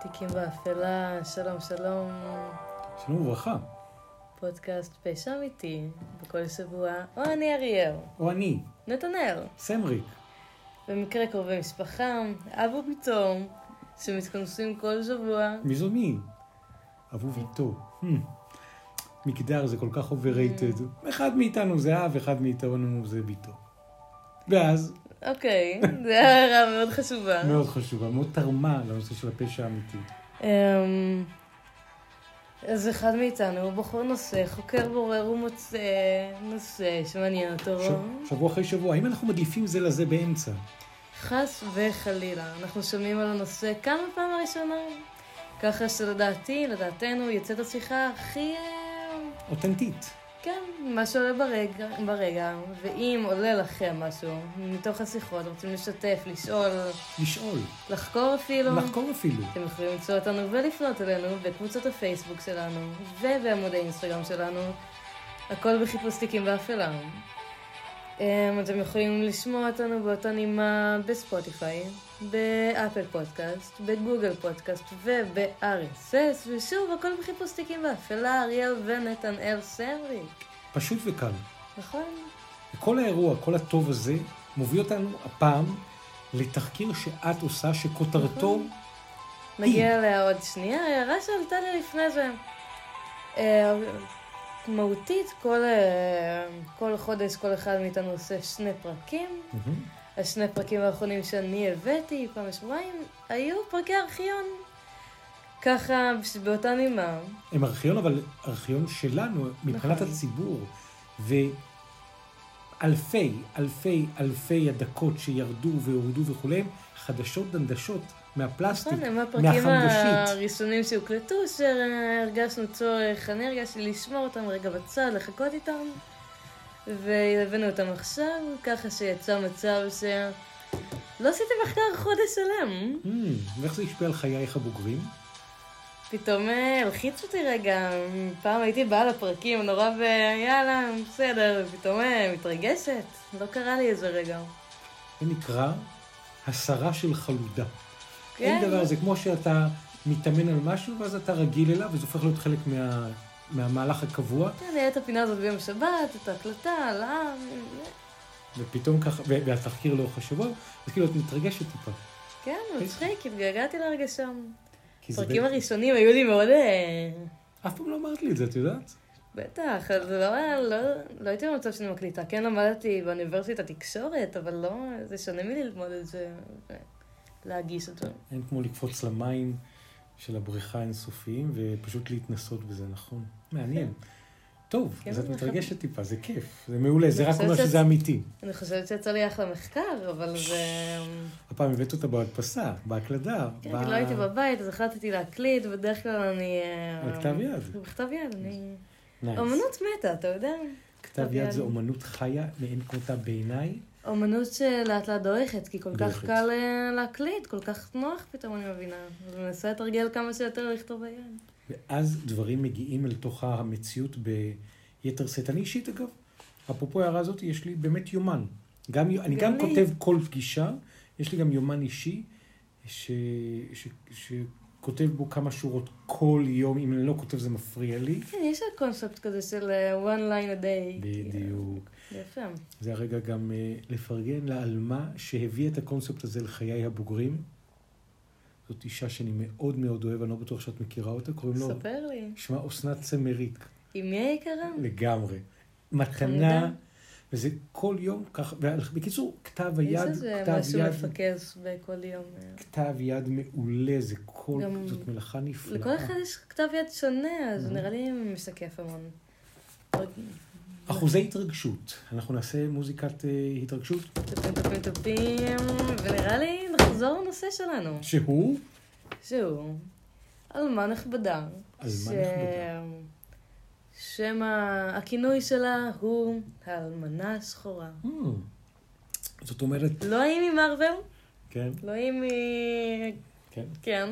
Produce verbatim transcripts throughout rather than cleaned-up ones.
תיקים באפלה, שלום שלום. שלום וברכה. פודקאסט פשע אמיתי, בכל שבוע, או אני אריאל. או אני. נתנאל. סמריק. במקרה קרובי משפחה, אב וביתו, שמתכנסים כל שבוע. מי זו מי? אב וביתו. מגדר זה כל כך overrated. אחד מאיתנו זה אב, אחד מאיתנו זה ביתו. ואז... אוקיי, זה הערה מאוד חשובה. מאוד חשובה, מאוד תרמה לנושא של הפשע האמיתי. אז אחד מאיתנו הוא בחור נושא, חוקר בורר ומוצא נושא שמעניין אותו. שבוע אחרי שבוע, האם אנחנו מדליפים זה לזה באמצע? חס וחלילה, אנחנו שומעים על הנושא כמה פעם הראשונה. ככה שלדעתי, לדעתנו, יצאת השיחה הכי... אותנטית. כן, מה שעולה ברגע, ברגע, ואם עולה לכם משהו מתוך השיחות, רוצים לשתף, לשאול, לשאול, לחקור אפילו, לחקור אפילו. אתם יכולים למצוא אותנו ולפנות אלינו בקבוצות הפייסבוק שלנו ובעמוד האינסטגרם שלנו, הכל בחיפוש תיקים באפלה. אתם יכולים לשמוע אותנו באותה נימה בספוטיפיי, באפל פודקאסט, בגוגל פודקאסט וב-אר אס אס, ושוב, הכל בחיפוש תיקים באפלה, אריאל ונתנאל סמריק. פשוט וקל. נכון. וכל האירוע, כל הטוב הזה, מוביל אותנו הפעם לתחקיר שאת עושה, שכותרתו... נכון. נגיע אליה עוד שנייה, הערה שעלתה לי לפני זה. מהותית, כל, כל חודש, כל אחד מאיתנו עושה שני פרקים. Mm-hmm. השני פרקים האחרונים שאני הבאתי, פעם בשבועיים, היו פרקי ארכיון. ככה, באותה נימה. הם ארכיון, אבל ארכיון שלנו, מבחינת נכון. הציבור, ואלפי, אלפי, אלפי הדקות שירדו והורדו וכולי, חדשות דנדשות מהפלסטיק, נכון, הם מהחמגשית. הפרקים הראשונים שהוקלטו, שהרגשנו צורך, אני הרגשתי לשמור אותם רגע בצד, לחכות איתם, והבאנו אותם עכשיו, ככה שיצא מצב ש... לא עשיתי מחקר חודש שלם. Mm, ואיך זה השפיע על חייך הבוגרים? פתאום הלחיץ אותי רגע, פעם הייתי באה לפרקים נורא ויאללה, בסדר, ופתאום מתרגשת, לא קרה לי איזה רגע. זה נקרא הסרה של חלודה. כן. אין דבר, זה כמו שאתה מתאמן על משהו, ואז אתה רגיל אליו, וזה הופך להיות חלק מה, מהמהלך הקבוע. כן, היה את הפינה הזאת ביום שבת, את ההקלטה, עליו. ופתאום ככה, והתחקיר לאורך השבוע, אז כאילו את מתרגשת טיפה. כן, מצחיק, התגעגעתי להרגשה. הפרקים הראשונים היו לי מאוד... אף פעם לא אמרת לי את זה, את יודעת? בטח, אז לא, לא, לא הייתי במצב שאני מקליטה. כן, למדתי באוניברסיטת תקשורת, אבל לא, זה שונה מללמוד את זה, להגיש אותו. אין כמו לקפוץ למים של הבריכה האינסופיים, ופשוט להתנסות בזה, נכון? מעניין. טוב, אז את מתרגשת טיפה, זה כיף, זה מעולה, זה רק אומר שזה אמיתי. אני חושבת שיצא לי אחלה מחקר, אבל זה... הפעם הבאת אותה בהדפסה, בהקלדה. כן, כי לא הייתי בבית, אז החלטתי להקליט, בדרך כלל אני... בכתב יד. בכתב יד, אני... אומנות מתה, אתה יודע? כתב יד זה אומנות חיה, מאין כמותה בעיניי. אומנות שלאט לאט דורכת, כי כל כך קל להקליט, כל כך נוח פתאום אני מבינה. אז אני מנסה לתרגל כמה שיותר לכתוב ביד. ואז דברים מגיעים אל תוך המציאות ביתר שאת. אני אישית אגב, אפרופו הערה הזאת, יש לי באמת יומן. גם, אני גם, גם כותב כל פגישה, יש לי גם יומן אישי, ש, ש, שכותב בו כמה שורות כל יום, אם אני לא כותב זה מפריע לי. כן, יש קונספט כזה של one line a day. בדיוק. יפה. זה הרגע גם לפרגן לאלמה שהביא את הקונספט הזה לחיי הבוגרים. זאת אישה שאני מאוד מאוד אוהב, אני לא בטוח שאת מכירה אותה, קוראים לו... ספר לי. שמה אסנת סמריק. עם מי היקרה? לגמרי. מתנה, וזה כל יום ככה, בקיצור, כתב היד, כתב יד... איזה זה משהו מפקס בכל יום. כתב יד מעולה, זה כל... זאת מלאכה נפלאה. לכל אחד יש כתב יד שונה, אז נראה לי משקף המון. אחוזי התרגשות. אנחנו נעשה מוזיקת התרגשות. טפים, טפים, טפים, ונראה לי נחזור לנושא שלנו. שהוא? שהוא. אלמה נכבדה. אלמה נכבדה. שם הכינוי שלה הוא האלמנה השחורה. זאת אומרת... לא היא ממרוול? כן. לא היא מ... כן. כן.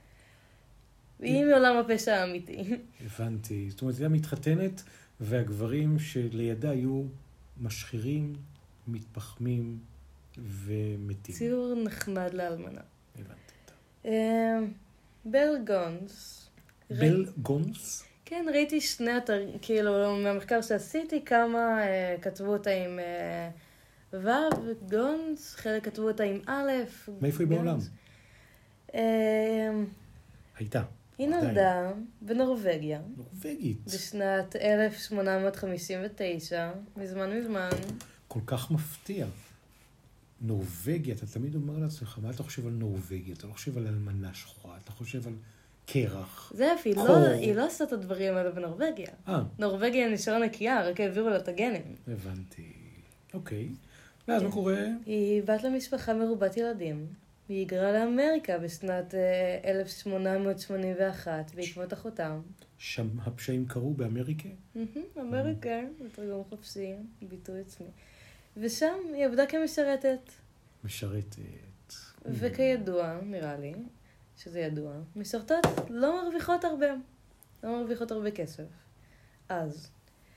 והיא מעולם הפשע האמיתי. הבנתי. זאת אומרת, היא מתחתנת... והגברים שלידה היו משחירים, מתפחמים ומתים. ציור נחמד לאלמנה. הבנתי. בל גונס. בל גונס? כן, ראיתי שני אתר, כאילו, מהמחקר שעשיתי, כמה אה, כתבו אותה עם אה, ו' גונס, חלק כתבו אותה עם א'. מאיפה היא בעולם? אה, הייתה. היא נולדה בנורווגיה. נורווגית. בשנת אלף שמונה מאות חמישים ותשע, מזמן מזמן. כל כך מפתיע. נורווגיה, אתה תמיד אומר לעצמך, מה אתה חושב על נורווגיה? אתה לא חושב על אלמנה שחורה, אתה חושב על קרח. זה יפה, לא, היא לא עושה את הדברים האלה בנורווגיה. אה. נורווגיה נשארה נקייה, רק העבירו לה את הגנים. הבנתי. אוקיי. ואז מה קורה? היא בת למשפחה מרובת ילדים. היא היגרה לאמריקה בשנת אלף שמונה מאות שמונים ואחת, בעקבות אחותם. שם הפשעים קרו באמריקה? אמריקה, בתרגום חופשי, ביטוי עצמי. ושם היא עבדה כמשרתת. משרתת. וכידוע, נראה לי, שזה ידוע, משרתות לא מרוויחות הרבה. לא מרוויחות הרבה כסף. אז,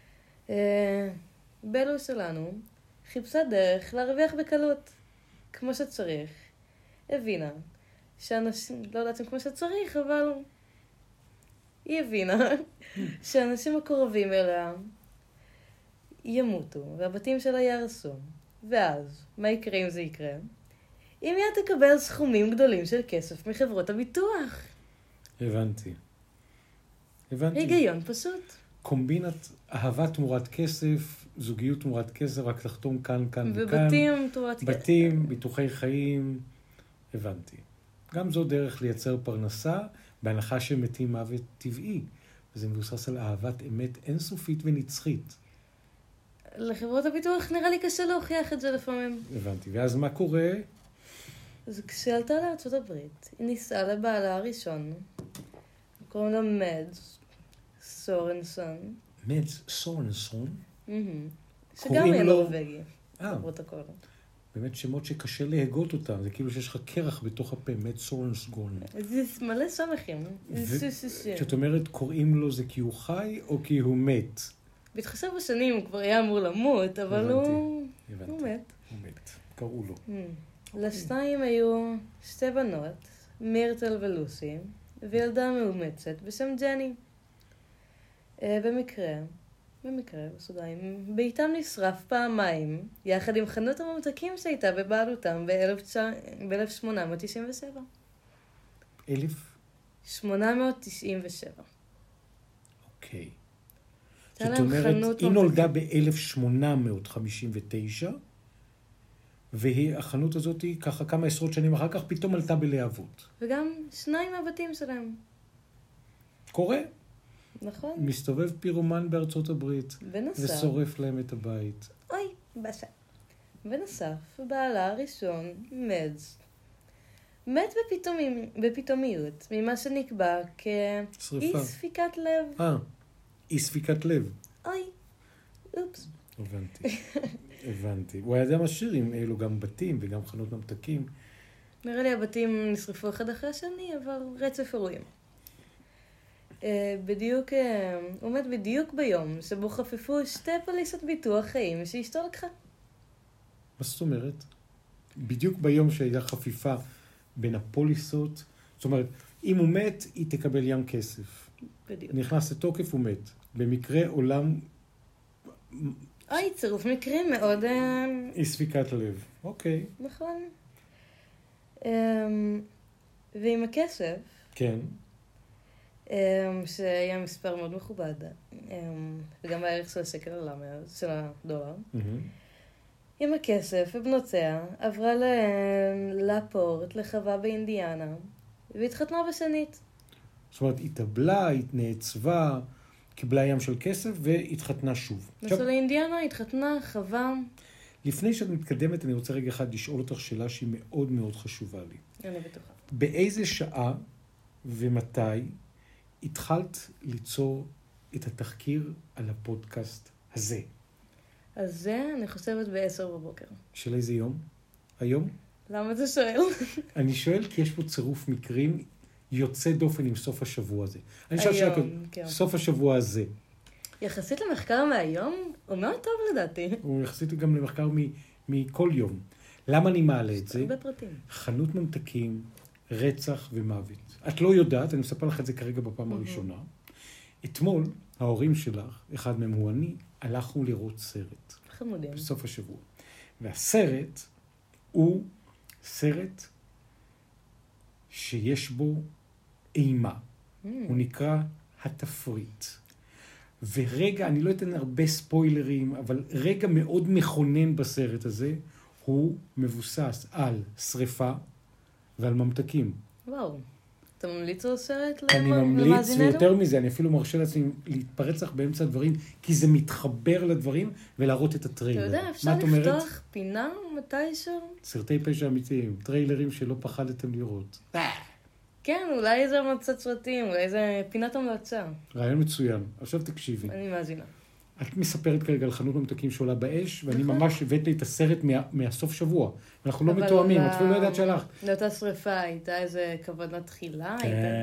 בלו שלנו חיפשה דרך להרוויח בקלות, כמו שצריך. הבינה שאנשים, לא יודעת אם כמו שצריך, אבל היא הבינה שאנשים הקרובים אליה ימותו, והבתים שלה יהרסו. ואז, מה יקרה אם זה יקרה? אם היא תקבל סכומים גדולים של כסף מחברות הביטוח. הבנתי. הבנתי. היגיון פשוט. קומבינת אהבה תמורת כסף, זוגיות תמורת כסף, רק תחתום כאן, כאן וכאן. ובתים תמורת כסף. בתים, ביטוחי חיים. הבנתי. גם זו דרך לייצר פרנסה, בהנחה שמתים מוות טבעי. וזה מבוסס על אהבת אמת אינסופית ונצחית. לחברות הביטוח נראה לי קשה להוכיח את זה לפעמים. הבנתי. ואז מה קורה? אז כשעלתה לארצות הברית, היא ניסעה לבעלה הראשון. קוראים לה מדס סורנסון. מדס סורנסון? שגם היה נורווגי. אה. באמת שמות שקשה להגות אותם, זה כאילו שיש לך קרח בתוך הפה, מדס סורנסון. זה מלא סמכים. כשאת אומרת קוראים לו זה כי הוא חי או כי הוא מת? בהתחשב בשנים הוא כבר היה אמור למות, אבל הוא... הוא מת. הוא מת. קראו לו. לשניים היו שתי בנות, מירטל ולוסי, וילדה מאומצת בשם ג'ני. במקרה, במקרה, בסודיים, ביתם נשרף פעמיים, יחד עם חנות הממתקים שהייתה בבעלותם ב-אלף שמונה מאות תשעים ושבע. אלף? שמונה מאות תשעים ושבע. אוקיי. זאת אומרת, היא נולדה ב-אלף שמונה מאות חמישים ותשע, והחנות הזאת, ככה כמה עשרות שנים אחר כך, פתאום עלתה בלהבות. וגם שניים מהבתים שלהם. קורה. נכון. מסתובב פירומן בארצות הברית. בנוסף. ושורף להם את הבית. אוי, בשע. בנוסף, בעלה הראשון, מדס, מת בפתאומי, בפתאומיות, ממה שנקבע כאי ספיקת לב. אה, אי ספיקת לב. אוי, אופס. הבנתי. הבנתי. הוא היה אדם עשיר עם אלו גם בתים וגם חנות ממתקים. נראה לי הבתים נשרפו אחד אחרי השני, אבל רצף אירועים. בדיוק, הוא מת בדיוק ביום שבו חפפו שתי פוליסות ביטוח חיים שאשתו לקחה. מה זאת אומרת? בדיוק ביום שהייתה חפיפה בין הפוליסות, זאת אומרת, אם הוא מת, היא תקבל ים כסף. בדיוק. נכנס לתוקף, הוא מת. במקרה עולם... אוי, צירוף מקרים מאוד... אי ספיקת לב. אוקיי. נכון. ועם הכסף... כן. שהיה מספר מאוד מכובד, וגם הערך של השקל עלה, של הדולר. עם הכסף ובנותיה עברה לפורט, לחווה באינדיאנה, והתחתנה בשנית. זאת אומרת, היא טבלה, היא נעצבה, קיבלה ים של כסף והתחתנה שוב. נסעה לאינדיאנה, התחתנה, חווה. לפני שאת מתקדמת, אני רוצה רגע אחד לשאול אותך שאלה שהיא מאוד מאוד חשובה לי. אני בטוחה. באיזה שעה ומתי התחלת ליצור את התחקיר על הפודקאסט הזה? אז זה אני חושבת בעשר בבוקר. של איזה יום? היום? למה אתה שואל? אני שואל כי יש פה צירוף מקרים יוצא דופן עם סוף השבוע הזה. היום, כן. סוף השבוע הזה. יחסית למחקר מהיום, הוא מאוד טוב לדעתי. הוא יחסית גם למחקר מ- מכל יום. למה אני מעלה את זה? הרבה פרטים. חנות ממתקים, רצח ומוות. את לא יודעת, אני מספר לך את זה כרגע בפעם הראשונה. אתמול, ההורים שלך, אחד מהם הוא אני, הלכנו לראות סרט. חמודים. בסוף השבוע. והסרט הוא סרט שיש בו אימה. הוא נקרא התפריט. ורגע, אני לא אתן הרבה ספוילרים, אבל רגע מאוד מכונן בסרט הזה, הוא מבוסס על שריפה ועל ממתקים. וואו. אתה ממליץ על סרט? אני ממליץ, ויותר מזה, אני אפילו מרשה לעצמי להתפרץ לך באמצע הדברים, כי זה מתחבר לדברים ולהראות את הטריילר. אתה יודע, אפשר לפתוח פינה מתישהו? סרטי פשע אמיתיים, טריילרים שלא פחדתם לראות. כן, אולי זה מצאת סרטים, אולי זה פינת המלצה. רעיון מצוין. עכשיו תקשיבי. אני מאזינה. את מספרת כרגע על חנות ממתקים שעולה באש, ואני ממש הבאת לי את הסרט מהסוף שבוע. אנחנו לא מתואמים, את אפילו לא יודעת שהלכת. לאותה שריפה הייתה איזה כוונת תחילה?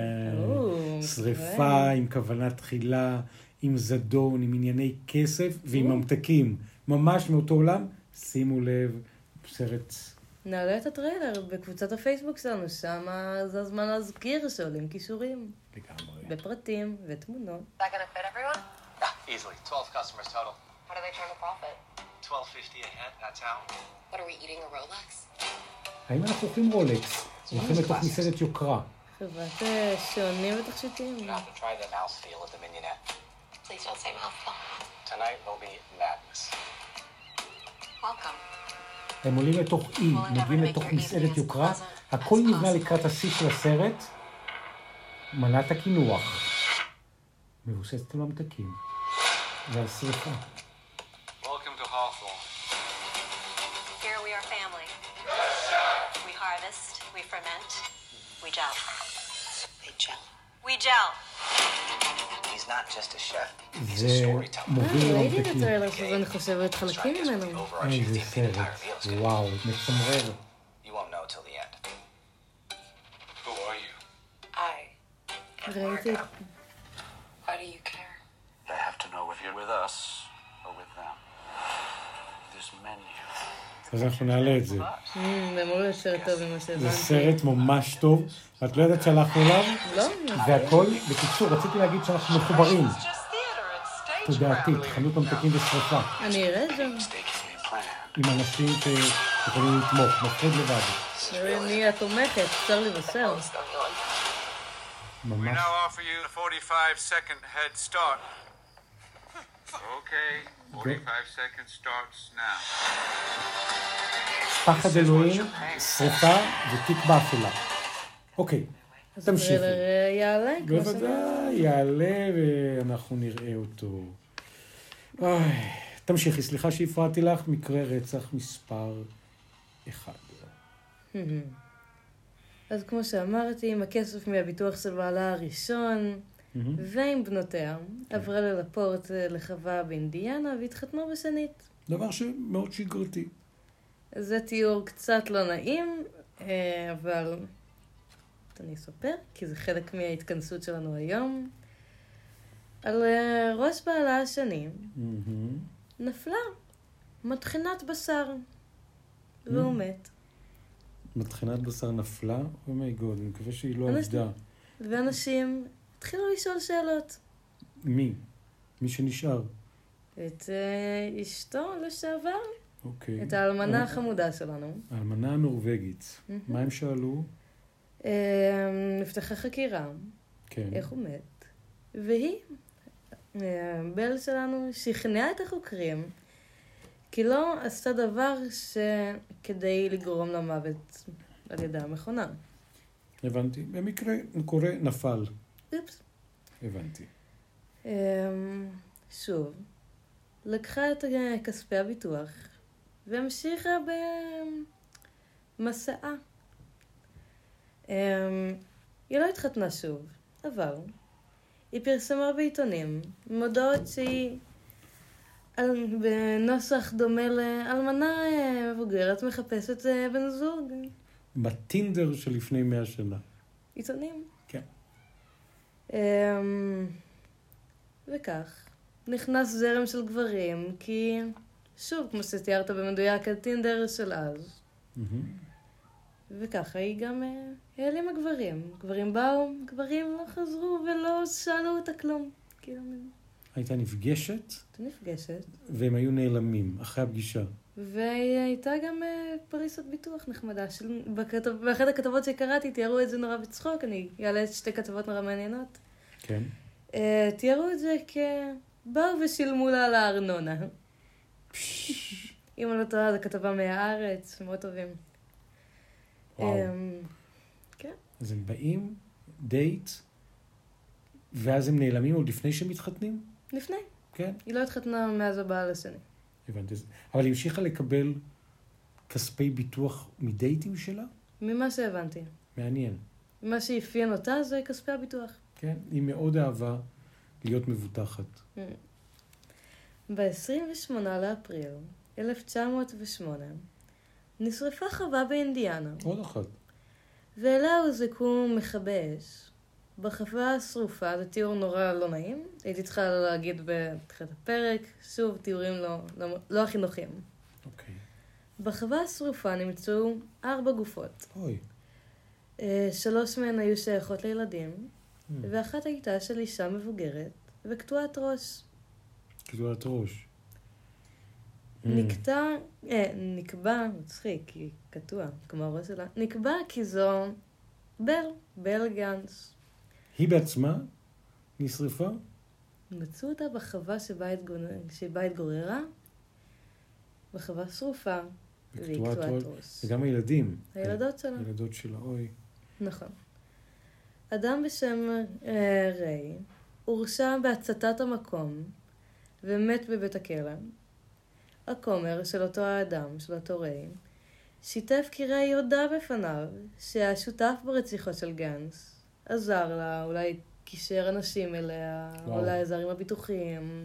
שריפה עם כוונת תחילה, עם זדון, עם ענייני כסף ועם ממתקים. ממש מאותו עולם, שימו לב, סרט... נעלה את הטריילר בקבוצת הפייסבוק שלנו, שם זה הזמן להזכיר שעולים קישורים. לגמרי. בפרטים ותמונות. Is that gonna fit everyone? Yeah, easily. twelve customers total. How do they turn a profit? twelve fifty a head, that's how. What are we eating, a Rolex? האם אנחנו אוכלים רולקס? הולכים לתוך מסעדת יוקרה. חברת שעונים ותכשיטים. You have to try the mouthfeel of the mignonette. Please don't say mouthful. Tonight will be madness. Welcome. הם עולים לתוך אי, מגיעים לתוך מסעדת יוקרה, הכל נבנה לקראת השיא של הסרט, מנת הקינוח, מבוססת על ממתקים, והשריפה. Welcome to Hawthorne. Here we are family. We harvest, we ferment, we gel. They gel. We gel. He's not just a chef, he's a זה storyteller. מוביל ראיתי את לממתקים. הטריילר שזה, אני חושבת, חלקים ממנו. איזה סרט, וואו, מצמרר. You won't know till the end. Who are you? I. ראיתי... Why do you care? They have to know if you're with us or with them. This menu. אז אנחנו נעלה את זה. זה אמור להיות סרט טוב ממה שהבנתי. זה סרט ממש טוב, ואת לא יודעת שהלכנו אליו? לא? והכל, בקיצור, רציתי להגיד שאנחנו מחוברים. תודעתית, חנות ממתקים ושריפה. אני אראה את זה. עם אנשים שיכולים לתמוך, מפחיד לבד. אני התומכת, אפשר לבשר. We ממש. now offer you a forty-five second head start. Okay, forty-five seconds starts now. פחד אלוהים, שריפה ותיק באפלה. אוקיי, תמשיכי. אז הטריילר יעלה, כמו שאמרת. בוודאי, יעלה ואנחנו נראה אותו. אוי, תמשיכי, סליחה שהפרעתי לך, מקרה רצח מספר אחד. אז כמו שאמרתי, עם הכסף מהביטוח של בעלה הראשון, ועם בנותיה, עברה ללפורט לחווה באינדיאנה והתחתנו בשנית. דבר שמאוד שגרתי. זה תיאור קצת לא נעים, אבל אני אספר, כי זה חלק מההתכנסות שלנו היום. על ראש בעלה השני נפלה מטחנת בשר, והוא מת. מטחנת בשר נפלה? אומייגוד, אני מקווה שהיא לא עבדה. ואנשים התחילו לשאול שאלות. מי? מי שנשאר? את uh, אשתו לשעבר, אוקיי. את האלמנה החמודה שלנו. האלמנה הנורווגית. מה הם שאלו? Uh, נפתחה חקירה, כן. איך הוא מת, והיא, uh, בל שלנו, שכנעה את החוקרים, כי לא עשתה דבר שכדי לגרום למוות על ידי המכונה. הבנתי. במקרה קורה נפל. אופס. הבנתי. Um, שוב, לקחה את כספי הביטוח והמשיכה במסעה. Um, היא לא התחתנה שוב, אבל היא פרסמה בעיתונים מודעות שהיא על, בנוסח דומה לאלמנה מבוגרת מחפשת בן זוג. בטינדר של לפני מאה שנה. עיתונים. כן. Um, וכך, נכנס זרם של גברים, כי שוב, כמו שתיארת במדויק, הטינדר של אז. וככה היא גם העלימה גברים. גברים באו, גברים לא חזרו ולא שאלו אותה כלום. כאילו... הייתה נפגשת? הייתה נפגשת. והם היו נעלמים אחרי הפגישה. והיא הייתה גם פריסת ביטוח נחמדה. באחת הכתבות שקראתי תיארו את זה נורא בצחוק, אני אעלה את שתי כתבות נורא מעניינות. כן. תיארו את זה כבאו ושילמו לה על הארנונה. אם אני לא טועה, זו כתבה מהארץ, מאוד טובים. וואו. כן. אז הם באים, דייט, ואז הם נעלמים עוד לפני שהם מתחתנים? לפני. כן. היא לא התחתנה מאז הבעל השני. הבנתי. אבל היא המשיכה לקבל כספי ביטוח מדייטים שלה? ממה שהבנתי. מעניין. מה שאפיין אותה זה כספי הביטוח. כן, היא מאוד אהבה להיות מבוטחת. ב-עשרים ושמונה לאפריל אלף תשע מאות ושמונה נשרפה חווה באינדיאנה. עוד אחת. ואליה הוזעקו מכבי אש. בחווה השרופה, זה תיאור נורא לא נעים. הייתי צריכה להגיד בתחילת הפרק, שוב, תיאורים לא, לא, לא הכי נוחים. אוקיי. בחווה השרופה נמצאו ארבע גופות. אוי. שלוש מהן היו שייכות לילדים, mm. ואחת הייתה של אישה מבוגרת, וקטועת ראש. קטועת ראש. נקטע, אה, נקבע, מצחיק, כי קטוע, כמו הראש שלה, נקבע כי זו בל, בל גנץ. היא בעצמה נשרפה? מצאו אותה בחווה שבה, התגונ... שבה התגוררה, בחווה שרופה, והיא קטועת ראש. וגם הילדים. הילדות שלה. הילדות שלה, אוי. נכון. אדם בשם אה, ריי הורשע בהצתת המקום ומת בבית הכלא. הכומר של אותו האדם, של אותו ריי, שיתף כי ריי הודע בפניו שהיה שותף ברציחות של גנץ, עזר לה, אולי קישר אנשים אליה, וואו. אולי עזר עם הביטוחים.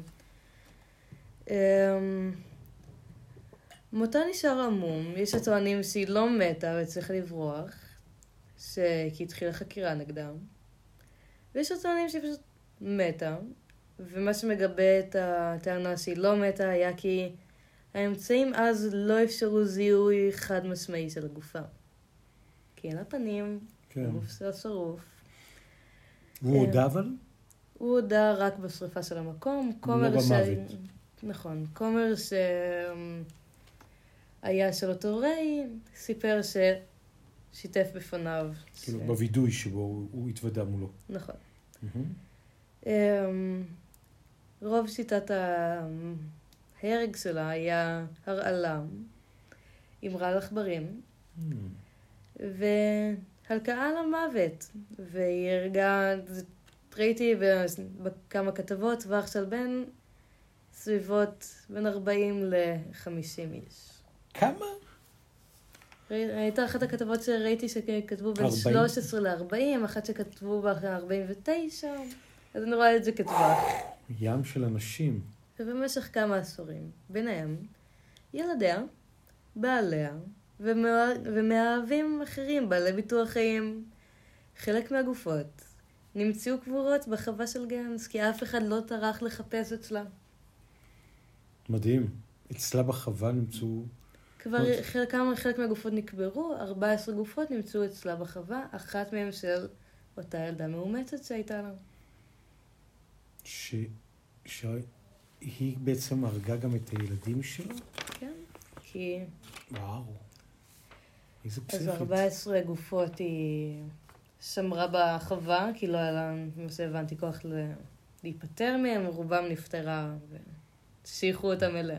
מותה נשאר עמום, יש הטוענים שהיא לא מתה וצריכה לברוח, כי התחילה חקירה נגדם. ויש הטוענים שהיא פשוט מתה, ומה שמגבה את הטענה שהיא לא מתה היה כי האמצעים אז לא אפשרו זיהוי חד משמעי של הגופה. כי אין לה פנים, כן. הגוף שלה שרוף. הוא הודע אבל? הוא הודע רק בשריפה של המקום. לא במוות. ש... נכון. כומר שהיה של אותו ריי, סיפר ששיתף בפניו. כאילו ש... בווידוי שבו הוא, הוא התוודע מולו. נכון. Mm-hmm. רוב שיטת ההרג שלה היה הרעלה עם רעל עכברים. Mm. והלקאה למוות. והיא הרגה, ראיתי בכמה כתבות, טווח של בין סביבות בין ארבעים לחמישים איש. כמה? הייתה אחת הכתבות שראיתי שכתבו בין שלוש עשרה ל-ארבעים, אחת שכתבו ב-ארבעים ותשע, אז אני רואה את זה כטווח. ים של אנשים. ובמשך כמה עשורים, ביניהם, ילדיה, בעליה, ומאהבים אחרים, בעלי ביטוח חיים. חלק מהגופות נמצאו קבורות בחווה של גנץ, כי אף אחד לא טרח לחפש אצלה. מדהים. אצלה בחווה נמצאו... כבר חלקם, חלק מהגופות נקברו, ארבע עשרה גופות נמצאו אצלה בחווה, אחת מהן של אותה ילדה מאומצת שהייתה לה. ש... שהיא בעצם הרגה גם את הילדים שלה? כן, כי... וואו. איזה פסיכית. אז ארבע עשרה גופות היא שמרה בחווה, כי לא היה לה, מה שהבנתי, כוח להיפטר מהם, רובם נפטרה ושייכו אותם אליה.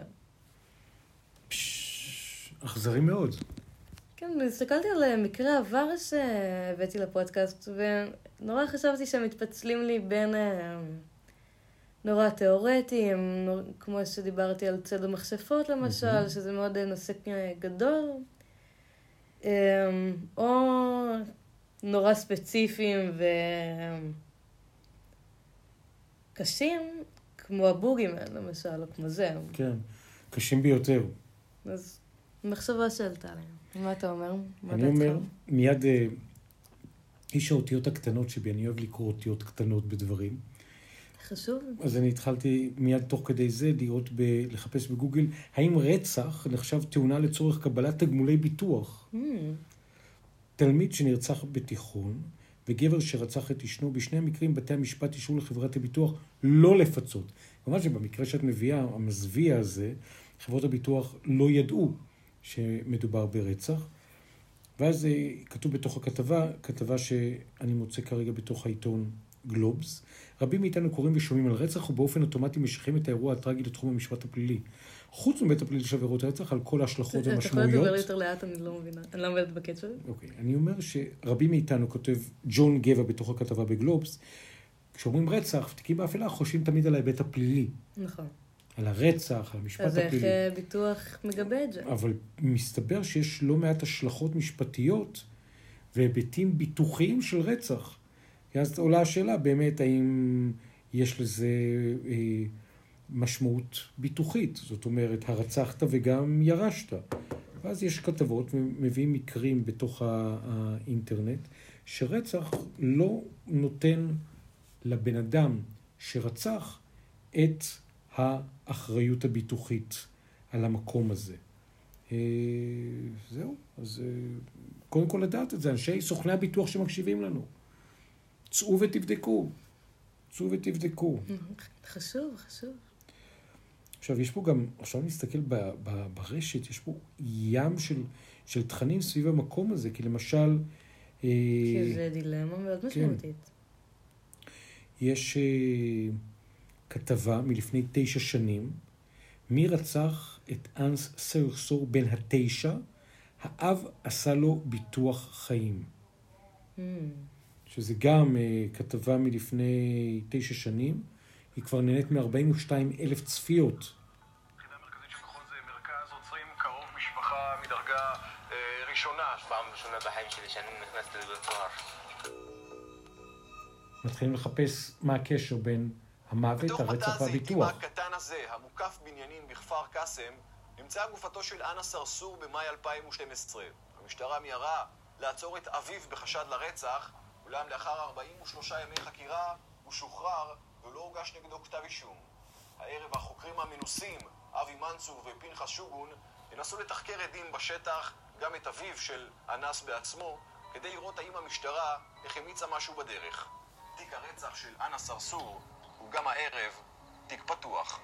אכזרי מאוד. כן, הסתכלתי על מקרה עבר שהבאתי לפודקאסט, ונורא חשבתי שהם מתפצלים לי בין נורא תיאורטיים, כמו שדיברתי על צד המכשפות למשל, שזה מאוד נושא גדול, או נורא ספציפיים וקשים, כמו הבוגימן למשל, או כמו זה. כן, קשים ביותר. אז מחשבה שאלתה עליהם. מה אתה אומר? אני אומר, מיד, איש האותיות הקטנות שבי, אני אוהב לקרוא אותיות קטנות בדברים. חשוב. אז אני התחלתי מיד תוך כדי זה לראות, ב, לחפש בגוגל, האם רצח נחשב תאונה לצורך קבלת תגמולי ביטוח? Mm. תלמיד שנרצח בתיכון, וגבר שרצח את אשנו, בשני המקרים בתי המשפט אישרו לחברת הביטוח לא לפצות. כלומר שבמקרה שאת מביאה, המזוויע הזה, חברות הביטוח לא ידעו שמדובר ברצח. ואז כתוב בתוך הכתבה, כתבה שאני מוצא כרגע בתוך העיתון גלובס, רבים מאיתנו קוראים ושומעים על רצח, ובאופן אוטומטי משכים את האירוע הטרגי לתחום המשפט הפלילי. חוץ מבית הפלילי של עבירות רצח, על כל ההשלכות והמשמעויות. אתה יכול לדבר יותר לאט, אני לא מבינה. אני לא מבינת בקצב. אוקיי, אני אומר שרבים מאיתנו, כותב ג'ון גבע בתוך הכתבה בגלובס, כשאומרים רצח, תיקים באפלה, חושבים תמיד על ההיבט הפלילי. נכון. על הרצח, על המשפט הפלילי. אז איך ביטוח מגבה את זה? אבל מסתבר שיש לא מעט השלכות משפטיות והיבטים ביטוחיים של רצח. אז עולה השאלה באמת האם יש לזה אה, משמעות ביטוחית. זאת אומרת, הרצחת וגם ירשת. ואז יש כתבות ומביאים מקרים בתוך האינטרנט, שרצח לא נותן לבן אדם שרצח את האחריות הביטוחית על המקום הזה. זהו, אז קודם כל לדעת את זה, אנשי סוכני הביטוח שמקשיבים לנו. צאו ותבדקו, צאו ותבדקו. חשוב, חשוב. עכשיו, יש פה גם, עכשיו נסתכל ב, ב, ברשת, יש פה ים של, של תכנים סביב המקום הזה, כי למשל... כי זה דילמה מאוד משמעותית. כן. יש... כתבה מלפני תשע שנים, מי רצח את אנס סרסור בן התשע, האב עשה לו ביטוח חיים. Mm. שזה גם uh, כתבה מלפני תשע שנים, היא כבר נהנית מ-ארבעים ושתיים אלף צפיות. היחידה המרכזית של כחול זה מרכז עוצרים קרוב משפחה מדרגה אה, ראשונה. פעם ראשונה בחיים שלי שאני נכנסתי לבית סוהר. מתחילים לחפש מה הקשר בין המוות, הרצח והביטוח. בתוך בתא הזיתים הקטן הזה, המוקף בניינים בכפר קאסם, נמצאה גופתו של אנה סרסור במאי אלפיים ושתים עשרה. המשטרה מיהרה לעצור את אביו בחשד לרצח, אולם לאחר ארבעים ושלושה ימי חקירה הוא שוחרר ולא הוגש נגדו כתב אישום. הערב החוקרים המנוסים, אבי מנצור ופנחס שוגון, ינסו לתחקר עדים בשטח, גם את אביו של אנס בעצמו, כדי לראות האם המשטרה החמיצה משהו בדרך. תיק הרצח של אנה סרסור גם הערב תיק פתוח.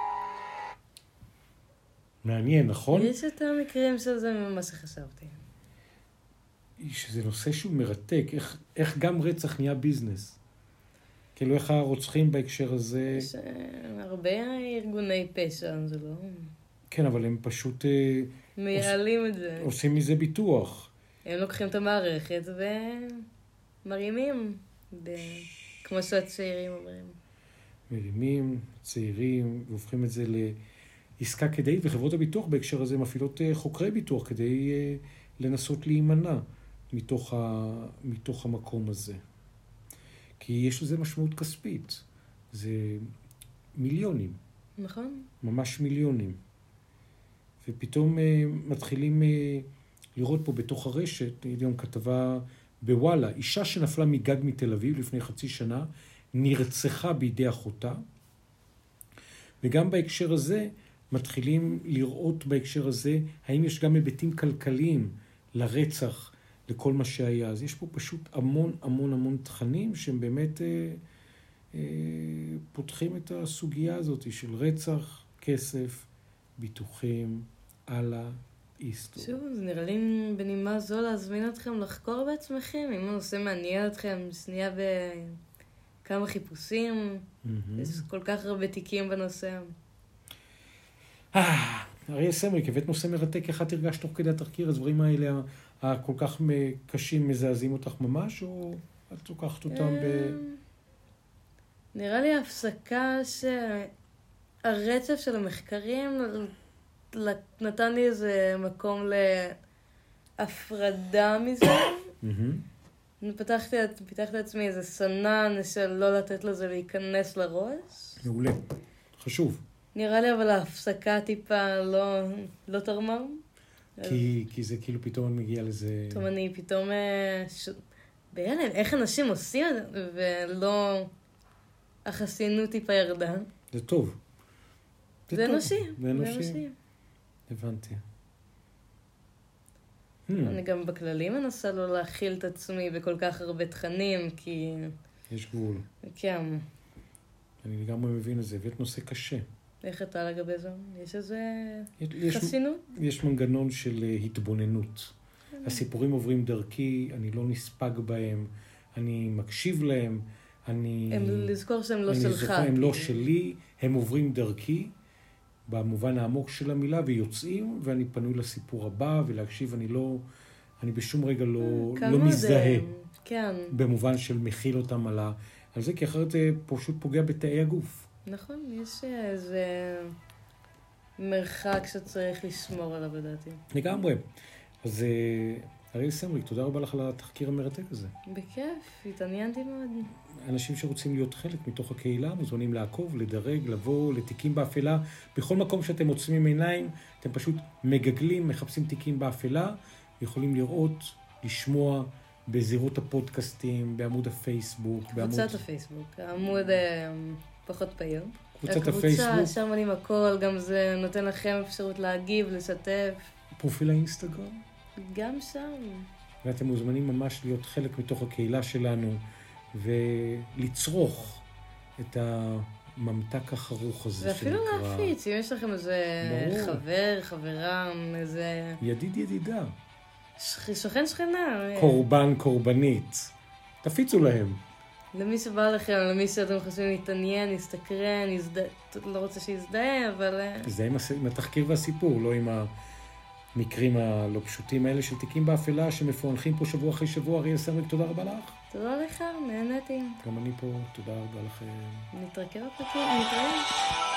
מעניין, נכון? יש את המקרים של זה ממה שחשבתי. שזה נושא שהוא מרתק, איך, איך גם רצח נהיה ביזנס. כאילו איך הרוצחים בהקשר הזה... יש הרבה ארגוני פשע, זה לא... כן, אבל הם פשוט... מייעלים עוש... את זה. עושים מזה ביטוח. הם לוקחים את המערכת ומרימים, ב... כמו שהצעירים אומרים. מרימים, צעירים, והופכים את זה לעסקה כדאית, וחברות הביטוח בהקשר הזה מפעילות חוקרי ביטוח כדי לנסות להימנע מתוך, ה... מתוך המקום הזה. כי יש לזה משמעות כספית. זה מיליונים. נכון. ממש מיליונים. ופתאום מתחילים לראות פה בתוך הרשת, יום כתבה בוואלה, אישה שנפלה מגג מתל אביב לפני חצי שנה, נרצחה בידי אחותה, וגם בהקשר הזה מתחילים לראות בהקשר הזה, האם יש גם היבטים כלכליים לרצח, לכל מה שהיה. אז יש פה פשוט המון המון המון תכנים שהם באמת אה, אה, פותחים את הסוגיה הזאת של רצח, כסף, ביטוחים, הלאה, היסטוריה. שוב, זה נראה לי בנימה זו להזמין אתכם לחקור בעצמכם, אם הנושא מעניין אתכם, שנייה בכמה חיפושים, mm-hmm. יש כל כך הרבה תיקים בנושא. אה, אריה סמריק, הבאת נושא מרתק, איך את הרגשת תוך כדי התחקיר, הדברים האלה הכל כך קשים מזעזעים אותך ממש, או את לוקחת אותם ב... נראה לי ההפסקה שהרצף של המחקרים נתן לי איזה מקום להפרדה מזה. פתחתי, פיתחתי לעצמי איזה סנן של לא לתת לזה להיכנס לראש. מעולה, חשוב. נראה לי אבל ההפסקה טיפה לא, לא תרמה. כי, כי זה כאילו פתאום מגיע לזה... פתאום אני פתאום... ש... בהלם, איך אנשים עושים את זה, ולא... החסינות טיפה ירדה. זה טוב. זה אנושי. זה אנושי. הבנתי. אני גם בכללי מנסה לא להכיל את עצמי בכל כך הרבה תכנים, כי... יש גבול. כן. אני לגמרי מבין את זה, ואת נושא קשה. איך אתה לגבי זה? יש איזה יש, חסינות? יש מנגנון של התבוננות. הסיפורים עוברים דרכי, אני לא נספג בהם, אני מקשיב להם, אני... הם לזכור שהם לא שלך. זוכר, הם לא שלי, הם עוברים דרכי, במובן העמוק של המילה, ויוצאים, ואני פנוי לסיפור הבא, ולהקשיב, אני לא... אני בשום רגע לא, לא מזדהה. כן. במובן של מכיל אותם על, ה... על זה, כי אחרת זה פשוט פוגע בתאי הגוף. נכון, יש איזה מרחק שצריך לשמור עליו, לדעתי. לגמרי. אז אריאל סמריק, תודה רבה לך על התחקיר המרתק הזה. בכיף, התעניינתי מאוד. אנשים שרוצים להיות חלק מתוך הקהילה, מוזמנים לעקוב, לדרג, לבוא לתיקים באפלה. בכל מקום שאתם עוצמים עיניים, אתם פשוט מגגלים, מחפשים תיקים באפלה, יכולים לראות, לשמוע בזירות הפודקאסטים, בעמוד הפייסבוק. קבוצת בעמוד... הפייסבוק, העמוד פחות פעיל. קבוצת הפייסבוק. הקבוצה, שם עולים הכל, גם זה נותן לכם אפשרות להגיב, לשתף. פרופיל האינסטגרם. גם שם. ואתם מוזמנים ממש להיות חלק מתוך הקהילה שלנו, ולצרוך את הממתק החרוך הזה. ואפילו להפיץ, אם יש לכם איזה ברור. חבר, חברה, איזה... ידיד ידידה. שכן שכנה. קורבן, קורבנית. תפיצו להם. למי שבא לכם, למי שאתם חושבים להתעניין, להסתקרן, יזדה... לא רוצה שיזדהה, אבל... יזדהה עם, עם התחקיר והסיפור, לא עם המקרים הלא פשוטים האלה של תיקים באפלה, שמפוענחים פה שבוע אחרי שבוע. אריאל סמריק, תודה רבה לך. תודה לך, נהניתי. גם אני פה, תודה רבה לכם. נתראה בפרקים, נתראה.